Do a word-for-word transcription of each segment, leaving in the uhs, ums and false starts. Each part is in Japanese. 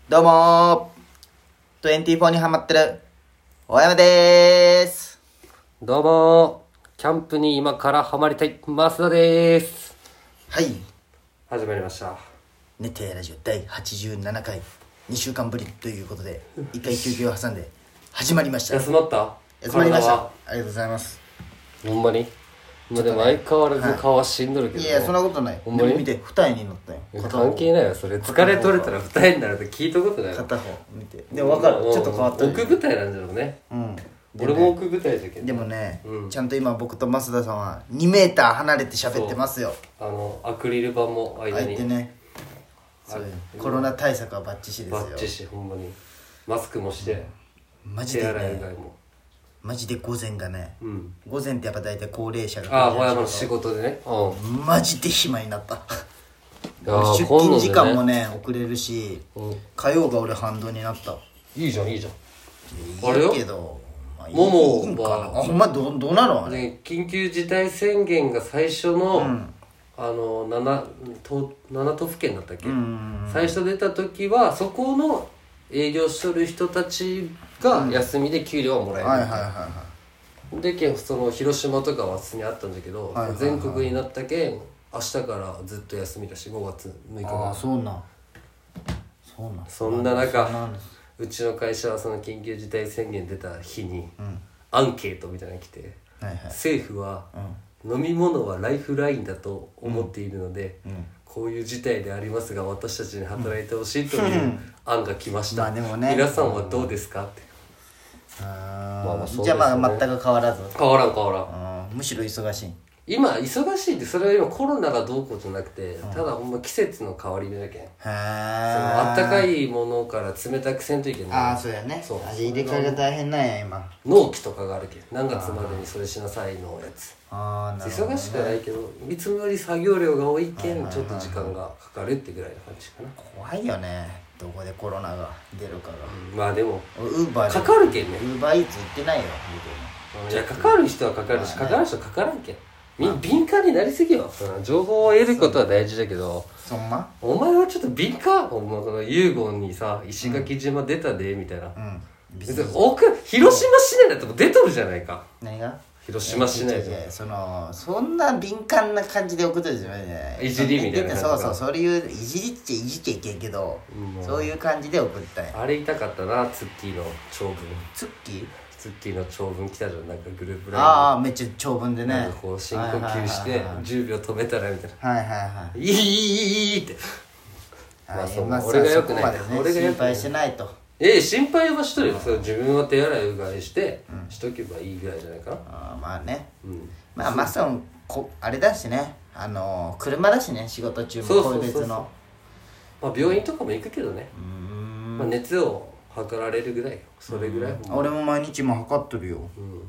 どうもー、にじゅうよんにハマってる大山でーす。 どうもー、キャンプに今からハマりたい増田でーす。 はい、 始まりました。 寝てラジオだいはちじゅうななかい、にしゅうかんぶりということでいっかい休憩を挟んで始まりました。 休まった？ 休まりました。ありがとうございます。 ほんまに？まあでも相変わらず顔はしんどるけど、 はい、いやそんなことない。 ほんまに見て二重になったよ。 関係ないよそれ。疲れ取れたら二重になるって聞いたことないよ。 片方見てでも分かる、ちょっと変わったよ。 奥舞台なんじゃろうね。うん、俺も奥舞台だけどでもね、うん、ちゃんと今僕と増田さんはにメーター離れて喋ってますよ。 あのアクリル板も間に開いてね。そうコロナ対策はバッチシですよ。 バッチシ、ほんまにマスクもして、 うん、マジでね、 手洗い以外もマジで午前がね、うん、午前ってやっぱ大体高齢者がああほやの仕事でね、 うん、マジで暇になった出勤時間もね遅れるし、うん、火曜が俺反動になった。 いいじゃんいいじゃん。 あれよけどももいいんかなあ、ほんまどどうなのあれ、 ね、緊急事態宣言が最初の、うん、あの 7, 都7都府県だったっけ、うんうんうん、最初出た時はそこの営業しとる人たちが休みで給料はもらえる、うん、はいはいはいはいでけんその広島とかは普通にあったんだけど、はいはいはい、全国になったけん明日からずっと休みだしごがつむいかがああそうなんそうなんそんな中うちの会社はその緊急事態宣言出た日に、うん、アンケートみたいなのが来て、はいはい、政府は、うん、飲み物はライフラインだと思っているので、うんうん、こういう事態でありますが私たちに働いてほしいという案が来ました、まあでもね、皆さんはどうですかって。 あ、まあまあそうですね、じゃあまあ全く変わらず変わらん変わらん、むしろ忙しい。 今忙しいってそれは今コロナがどうこうじゃなくて、うん、ただほんま季節の変わり目だけん、へえ、あったかいものから冷たくせんといけない。 ああそうやね、そう味入れ替えが大変なんや今。 納期とかがあるけん何月までにそれしなさいのやつ。ああなるほど、ね、忙しくはないけどいつもより作業量が多いけんちょっと時間がかかるってぐらいの感じかな。 怖いよねどこでコロナが出るかが、 うん、まあでもウーバーかかるけんね。 ウーバーイーツ行ってないよいやかかる人はかかるし、まあね、かかる人はかからんけんみ敏感になりすぎよ。情報を得ることは大事だけど、 そんまお前はちょっと敏感。お前このユーゴンにさ石垣島出たでみたいな、うん、別に奥広島市内だっても出とるじゃないか。 何が広島市内でそのそんな敏感な感じで送ってるじゃないね。 いじりみたいな。 そうそうそういういじりっちゃいじっちゃいけんけど、うん、そういう感じで送ったんや。 あれ痛かったなツッキーの長文。 ツッキーツッキーの長文来たじゃん、なんかグループライン。 ああめっちゃ長文でね、なんかこう深呼吸してじゅうびょう止めたらみたいな、 はいはいはいいいいいいいって、 まあそう、まあ、俺がよくない、ね、俺が心配しないと。 ええ心配はしとるよ、うん、そう自分は手洗いうがいして、うん、しとけばいいぐらいじゃないかな。 あまあね、うん、まあマスオンこあれだしね、あのー、車だしね仕事中も個別の、 まあ病院とかも行くけどね、うん、まあ、熱を測られるぐらいよ、それぐらい、 うん、俺も毎日も測っとるよ、うん、うん、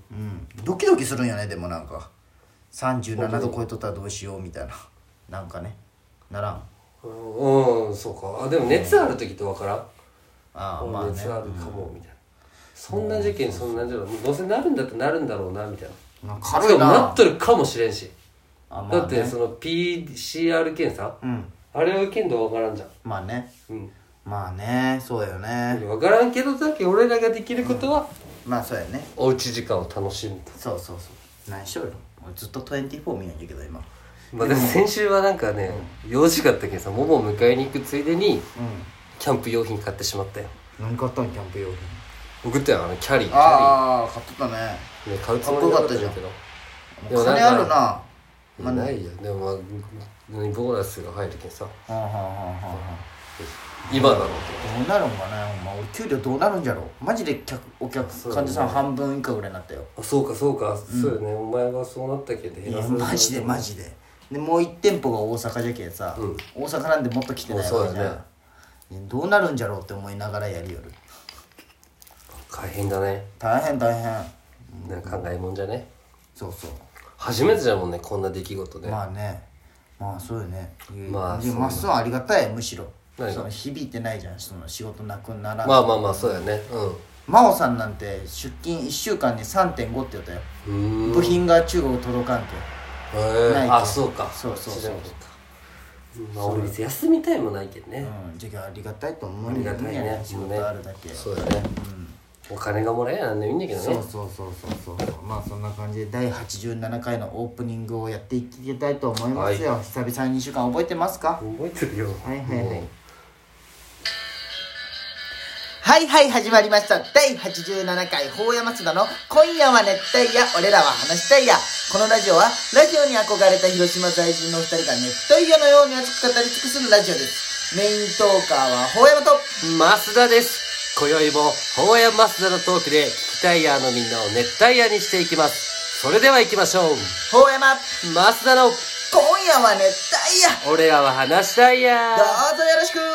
ドキドキするんよね。でもなんかさんじゅうななど超えとったらどうしようみたいな、なんかねならん。 うん、そうか。あでも熱ある時って分からん、うん、あまあね、熱あるかもみたいな、そんな事件そんなじゃどうせなるんだってなるんだろうなみたいな、軽いな、なっとるかもしれんし、まあね、だってその ピーシーアール 検査、うん、あれを受けんと分からんじゃん。 まあね、うん、まあねそうよね、 分からんけどだけ俺らができることは、 うん、まあそうやね、 おうち時間を楽しむと。 そうそうそう、何しようよ、俺ずっとにじゅうよん見ないんだけど今。 まあ、でも先週はなんかね、うん、用事があったけどさ、ももを迎えに行くついでに、うん、キャンプ用品買ってしまったよ。 何買ったんキャンプ用品。 送ったよ、あのキャリー。 ああ買っとったね。 ね買うつもりだったんだけど、 でも金あるな。 まあ、ないよ。でもまあボーナスが入るけんさ、はあはあはあはあ、今だろうどうなるんかね、お前俺給料どうなるんじゃろう。マジで客お客患者さん半分以下ぐらいになったよ。 あそうかそうか、うん、そうよね、お前はそうなったけど。 いやマジでマジで。でもういち店舗が大阪じゃけんさ、うん、大阪なんでもっと来てないわけじゃん、ね、どうなるんじゃろうって思いながらやるよる。 大変だね。 大変大変。 なんか考えもんじゃね。 そうそう。 初めてじゃもんねこんな出来事で。 まあね、まあそうよね。まあでもまっすぐありがたいむしろ。その響いてないじゃん、その仕事なくなら。 まあまあまあそうやね。うん。 真央さんなんて出勤いっしゅうかんに さんてんご って言ったよ。部品が中国届かんけ。 へえ。あそうか。 そうそうそう。 まあ俺別に休みたいもないけどね、 うん、じゃあありがたいと思うありがたいね仕事あるだけ、 そうだね、お金がもらえなんでもいいんだけどね。 そうそうそうそうそうまあそんな感じでだいはちじゅうななかいのオープニングをやっていきたいと思いますよ、はい、久々ににしゅうかん覚えてますか？ 覚えてるよ。 はいはいはいはいはい始まりましただいはちじゅうななかい法山津田の今夜は熱帯夜俺らは話したいや。このラジオはラジオに憧れた広島在住のふたりが熱帯夜のように熱く語り尽くすラジオです。メイントーカーは法山と増田です。今宵も法山増田のトークで聞きたいやのみんなを熱帯夜にしていきます。それでは行きましょう。 法山増田の今夜は熱帯夜俺らは話したいや。 どうぞよろしく。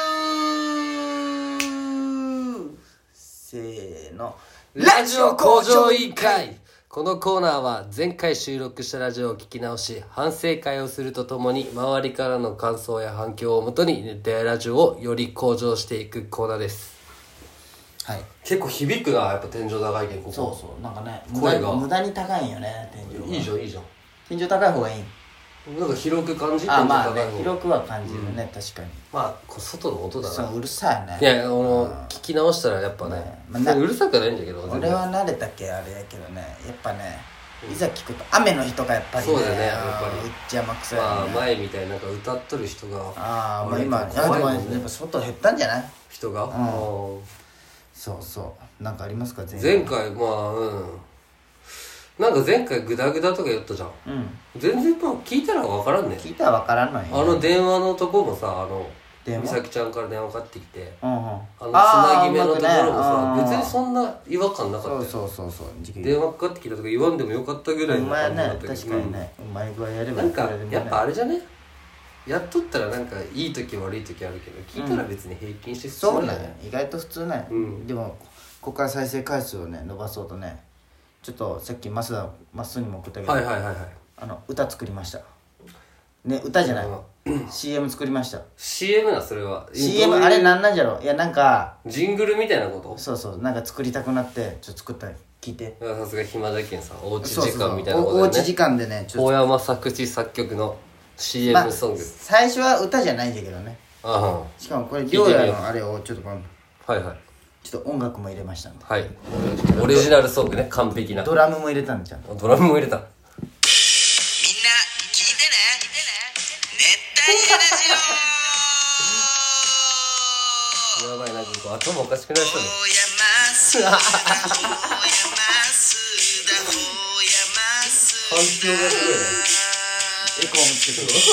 せーの、 ラジオ向上委員会。このコーナーは前回収録したラジオを聞き直し反省会をするとともに周りからの感想や反響をもとに熱帯夜ラジオをより向上していくコーナーです。 はい、 結構響くな、やっぱ天井高いけんここ。 そうそう、なんかね声が無駄に高いんよね天井が。 いいじゃんいいじゃん。 天井高い方がいい。 なんか広く感じてあまあね広くは感じるね、うん、確かに。 まあこ外の音だな。 そううるさいね。 いやあの聞き直したらやっぱね、ねまあ、うるさくないんだけど俺は慣れたけあれやけどねやっぱねいざ聞くと雨の日とかやっぱりねそうだよねやっぱりうっちゃまくさい、ね、 まあ前みたいになんか歌っとる人がああまあ今怖いもん、ね、やっぱ外減ったんじゃない人が、うん、 そうそうなんかありますか前回前回まあうんなんか前回グダグダとか言ったじゃん、うん、全然まあ聞いたら分からんね。 聞いたら分からんのよ、ね、 あの電話のとこもさあの美咲ちゃんから電話かかってきて、うんうん、あのつなぎ目のところもさ、ね、別にそんな違和感なかったよ。 そうそうそうそう電話かかってきたとか言わんでもよかったぐらいの感じだったけど、 ね、確かにね、うん、うまい具合やればなんかやっぱあれじゃねやっとったらなんかいい時悪い時あるけど聞いたら別に平均して普通なんや、うん、そうね意外と普通なんや、うん、でもここから再生回数をね伸ばそうとねちょっとさっきマスダまっすぐにも送ったけど、 はいはいはいはい、 あの歌作りましたね歌じゃない、うん、シーエム 作りました。 シーエム なそれはシーエム あれなんなんじゃろいやなんかジングルみたいなこと。 そうそうなんか作りたくなってちょっと作ったら聞いて。 さすが暇だけんさおうち時間みたいなことだよね。おうち時間でね大山作詞作曲の シーエム ソング、まあ、 最初は歌じゃないんだけどね。ああしかもこれ両親のあれをちょっとこのはいはいちょっと音楽も入れましたんで。 はいオリジナルソングね完璧な。 ドラムも入れたんじゃん。 ドラムも入れた。みんな聞いてね熱帯夜ラジオやばいなここ頭おかしくなりそうだ。反響がすごいね。 エコーもつけてる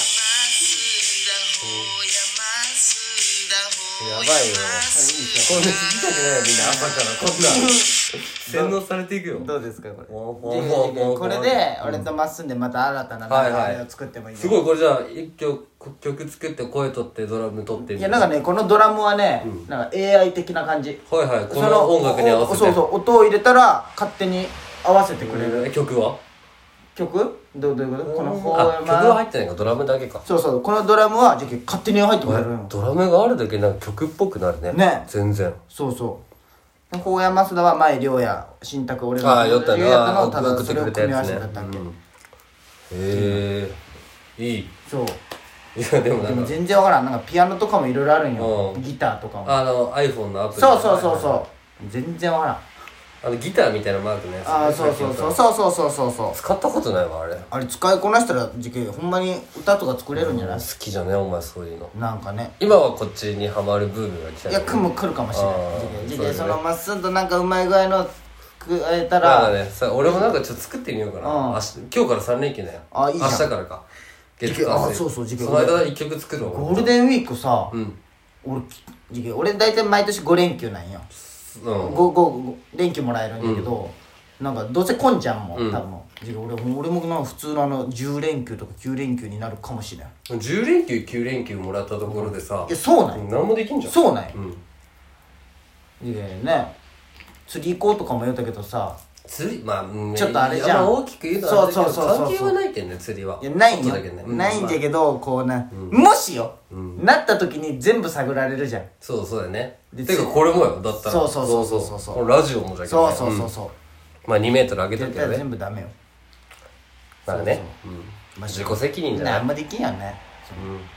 やばいよ。こんな聞きたくないよみんな朝からこんな洗脳されていくよ。 どうですかこれ。これで俺とまっすんでまた新たな流れを作ってもいい、 すごいこれじゃあ一曲曲作って声取ってドラム取ってみいやなんかねこのドラムはね、うん、なんか エーアイ 的な感じ。 はいはいこの音楽に合わせてそうそう音を入れたら勝手に合わせてくれる。 曲は曲どういうことこのフォー曲は入ってないかドラムだけか。 そうそうこのドラムはじゃあ勝手に入ってくれるの。 ドラムがあるだけなんか曲っぽくなるね。 ね全然そうそうフォーヤマスダは前亮也新宅俺のああよったねああただそれを組み合わせだったんで、うん、へえいいそういやでもなんかでも全然わからんなんかピアノとかもいろいろあるんよ、うん、ギターとかもあの iPhone のアプリそうそうそうそう全然わからんあのギターみたいなマークのやつ、ね、 ああそうそうそうそうそうそうそうそう使ったことないわあれあれ使いこなしたら時期ほんまに歌とか作れるんじゃない、うん、 好きじゃねお前そういうのなんかね今はこっちにハマるブームが来たいや来る来るかもしれない時期、ね、そのまっすんとなんかうまい具合の加えたらまあねさ俺もなんかちょっと作ってみようかな、うん、明日今日からさん連休だよ。あいいじゃん明日からか月火水あそうそう時期その間いっきょく作るわゴールデンウィークさ、うん、俺時期俺大体毎年ご連休なんようん、ごご連休もらえるんだけど、うん、なんかどうせこんちゃんも、うん、多分俺, 俺もなんか普通のあのじゅう連休とかきゅう連休になるかもしれん。 じゅう連休きゅう連休もらったところでさ、うん、 いやそうなん何もできんじゃん。 そうなんや、うん、いやね釣り行こうとかも言ったけどさ釣りまあ、うん、 ちょっとあれじゃん大きく言うのはあれだけど関係はないけんね釣りは。 いやないんよ、ねうん、ないんだけど、まあ、こうな、うん、もしよ、うん、なった時に全部探られるじゃん。 そうそうだよね。てかこれもよだったらそうそうそうそうそうそうこのラジオもじゃけど、ね、 そうそうそうそう、うん、 まあにメートル上げとけばね全部ダメよ。 まあねそうそう、うんまあ、自己責任じゃない。 あんまできんやんね、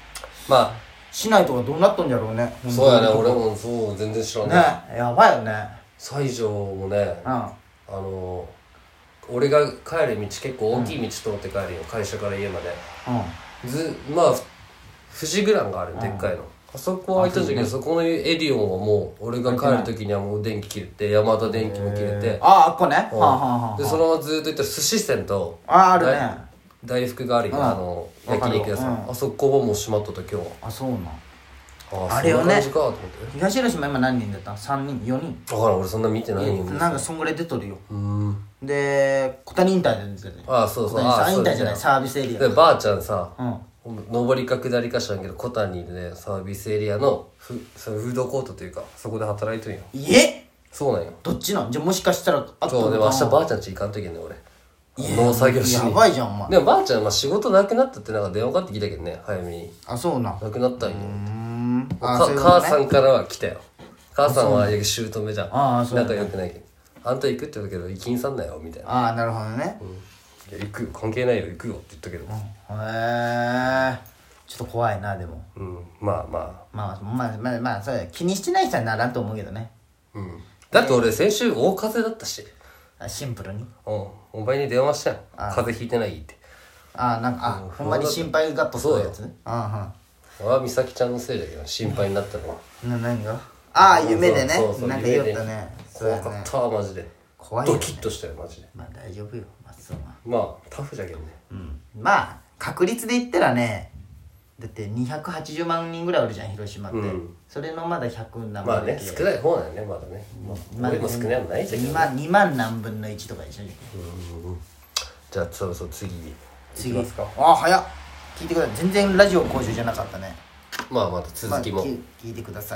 まあ市内とかどうなっとんじゃろうね。 そうやね、 本当に俺もそう全然知らんね。 ね、やばいよね。 西条もね、 うん。 あの俺が帰る道結構大きい道通って帰るよ、会社から家まで。 うん。 ずまあ富士グランがあるでっかいの、あそこは開いた時にそこのエディオンはもう俺が帰る時にはもう電気切れて、山田電機も切れて、 ああ、あっこね。はうんあはあはあ。 でそのままずっと行ったら寿司店とああるね大大福があるよ、 うんあのわかる焼肉屋さん、 うんあそこはもう閉まっとった今日。 あ、そうなん。 ああれよねそんな感じかと思って。 東広島今何人だった ?さん 人 ?よ 人分からん、俺そんな見てないよ。 なんかそんぐらい出とるよ。 うーん。 で、小谷インターで出てる。 ああそうそう、 小谷さああインターじゃない、 そうサービスエリア。 でばあちゃんさ、 うん。 上りか下りか知らんけど小谷でサービスエリアのフそのフードコートというかそこで働いてるんよ。 えそうなんよ。 どっちなんじゃあもしかしたらあそうでも明日ばあちちゃん家行かんといけんね俺。農作業しに。 やばいじゃんお前。 でもばあちゃん、まあ、仕事なくなったってなんか電話かかってきたけどね、早めにあ、そうなん。 なくなったんよ。 うーん。 かあ、そういうことね母さんからは来たよ。母さんは姑じゃん。 ああそうだね仲良くないけど、あんた行くって言ったけど行きんさんなよみたいな。 ああ、なるほどね。 いや行くよ関係ないよ行くよって言ったけど、 へえ。ちょっと怖いな、でも。 うんまあままあまあまあまあ、そうや気にしてない人はならんと思うけどね。 あうんだって俺先週大風邪だったし、 あ、シンプルに。 うんお前に電話したよあ風邪ひいてないって。 ああ、なんか、あ、ほんまに心配がっとするやつ。あ俺は美咲ちゃんのせいだけど心配になったのはあ、な、何がああ、夢でねそうそう。 なんか言おったね。そうやね。 怖かったわマジで。 怖いよねドキッとしたよマジで。 まあ大丈夫よ、まっすぐは。 まあタフじゃけんね。 うん。まあ、確率で言ったらね、だってにひゃくはちじゅうまん人ぐらいおるじゃん、広島って。 うんそれのまだひゃく何まあ分ね少ない方だよねまだね。まあ俺も少ないもんないじゃけど 2 ね。 万、にまん何分のいちとかでしょ。 じゃあそろそろ次行きますか。 あ、早っ。聞いてください。全然ラジオ講習じゃなかったね。 まあまた続きも。 まあ聞聞いてください。